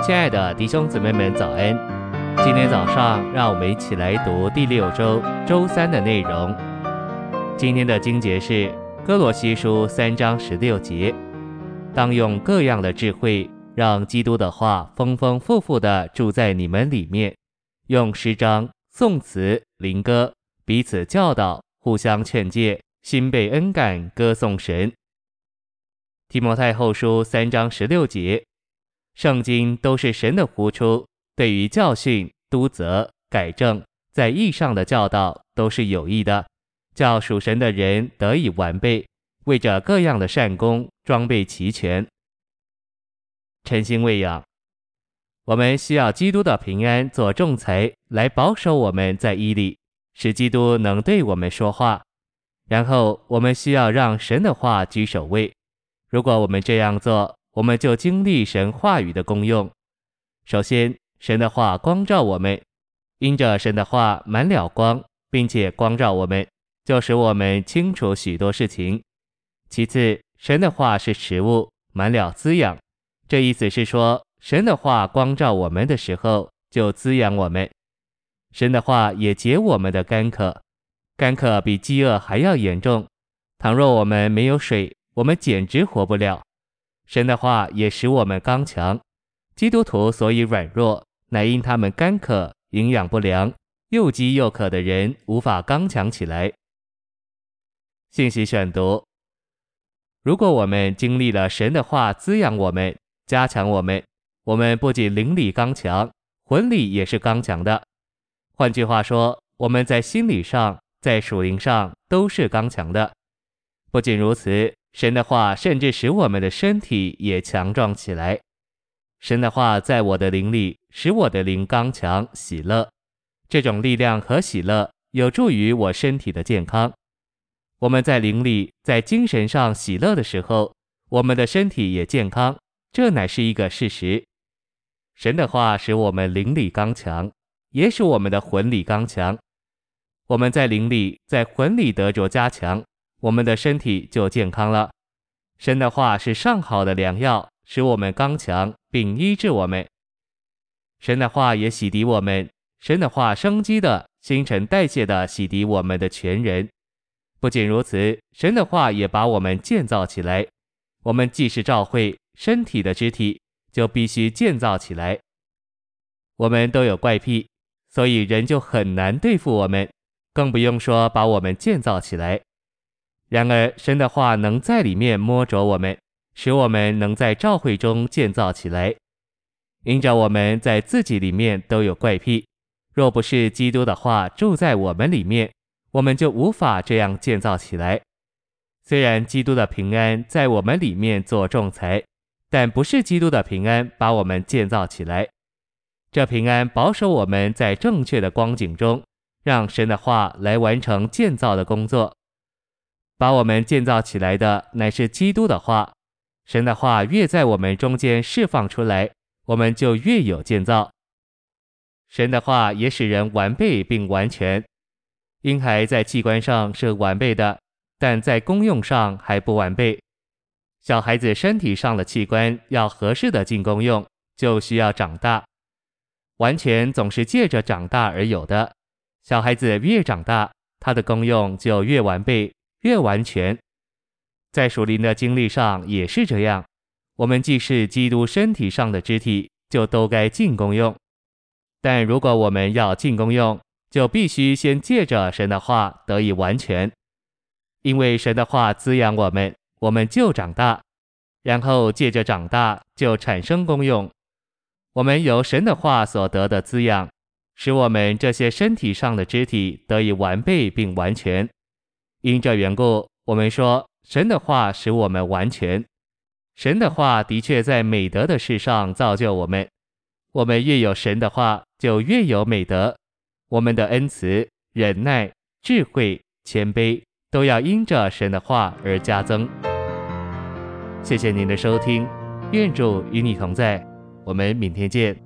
亲爱的弟兄姊妹们早安，今天早上让我们一起来读第6周周3的内容。今天的经节是哥罗西书3章16节，当用各样的智慧，让基督的话丰丰富富地住在你们里面，用诗章、颂词、灵歌彼此教导，互相劝诫，心被恩感，歌颂神。提摩太后书3章16节，圣经都是神的呼出，对于教训、督责、改正，在义上的教导都是有益的，叫属神的人得以完备，为着各样的善功装备齐全。诚心喂养，我们需要基督的平安做仲裁，来保守我们在义里，使基督能对我们说话。然后我们需要让神的话居首位。如果我们这样做，我们就经历神话语的功用。首先，神的话光照我们，因着神的话满了光，并且光照我们，就使我们清楚许多事情。其次，神的话是食物，满了滋养。这意思是说，神的话光照我们的时候，就滋养我们。神的话也解我们的干渴，干渴比饥饿还要严重。倘若我们没有水，我们简直活不了。神的话也使我们刚强。基督徒所以软弱，乃因他们干渴，营养不良，又饥又渴的人无法刚强起来。信息选读：如果我们经历了神的话滋养我们，加强我们，我们不仅灵里刚强，魂里也是刚强的。换句话说，我们在心理上，在属灵上都是刚强的。不仅如此，神的话甚至使我们的身体也强壮起来。神的话在我的灵里，使我的灵刚强喜乐。这种力量和喜乐有助于我身体的健康。我们在灵里，在精神上喜乐的时候，我们的身体也健康，这乃是一个事实。神的话使我们灵里刚强，也使我们的魂里刚强。我们在灵里，在魂里得着加强，我们的身体就健康了。神的话是上好的良药，使我们刚强，并医治我们。神的话也洗涤我们，神的话生机的、新陈代谢的洗涤我们的全人。不仅如此，神的话也把我们建造起来。我们既是教会身体的肢体，就必须建造起来。我们都有怪癖，所以人就很难对付我们，更不用说把我们建造起来。然而神的话能在里面摸着我们，使我们能在教会中建造起来。因着我们在自己里面都有怪癖，若不是基督的话住在我们里面，我们就无法这样建造起来。虽然基督的平安在我们里面做仲裁，但不是基督的平安把我们建造起来。这平安保守我们在正确的光景中，让神的话来完成建造的工作。把我们建造起来的乃是基督的话，神的话越在我们中间释放出来，我们就越有建造。神的话也使人完备并完全。婴孩在器官上是完备的，但在功用上还不完备。小孩子身体上的器官要合适的进功用，就需要长大。完全总是借着长大而有的。小孩子越长大，他的功用就越完备，越完全。在属灵的经历上也是这样，我们既是基督身体上的肢体，就都该进功用。但如果我们要进功用，就必须先借着神的话得以完全。因为神的话滋养我们，我们就长大，然后借着长大就产生功用。我们由神的话所得的滋养，使我们这些身体上的肢体得以完备并完全。因这缘故，我们说神的话使我们完全。神的话的确在美德的事上造就我们。我们越有神的话，就越有美德。我们的恩慈、忍耐、智慧、谦卑，都要因着神的话而加增。谢谢您的收听，愿主与你同在，我们明天见。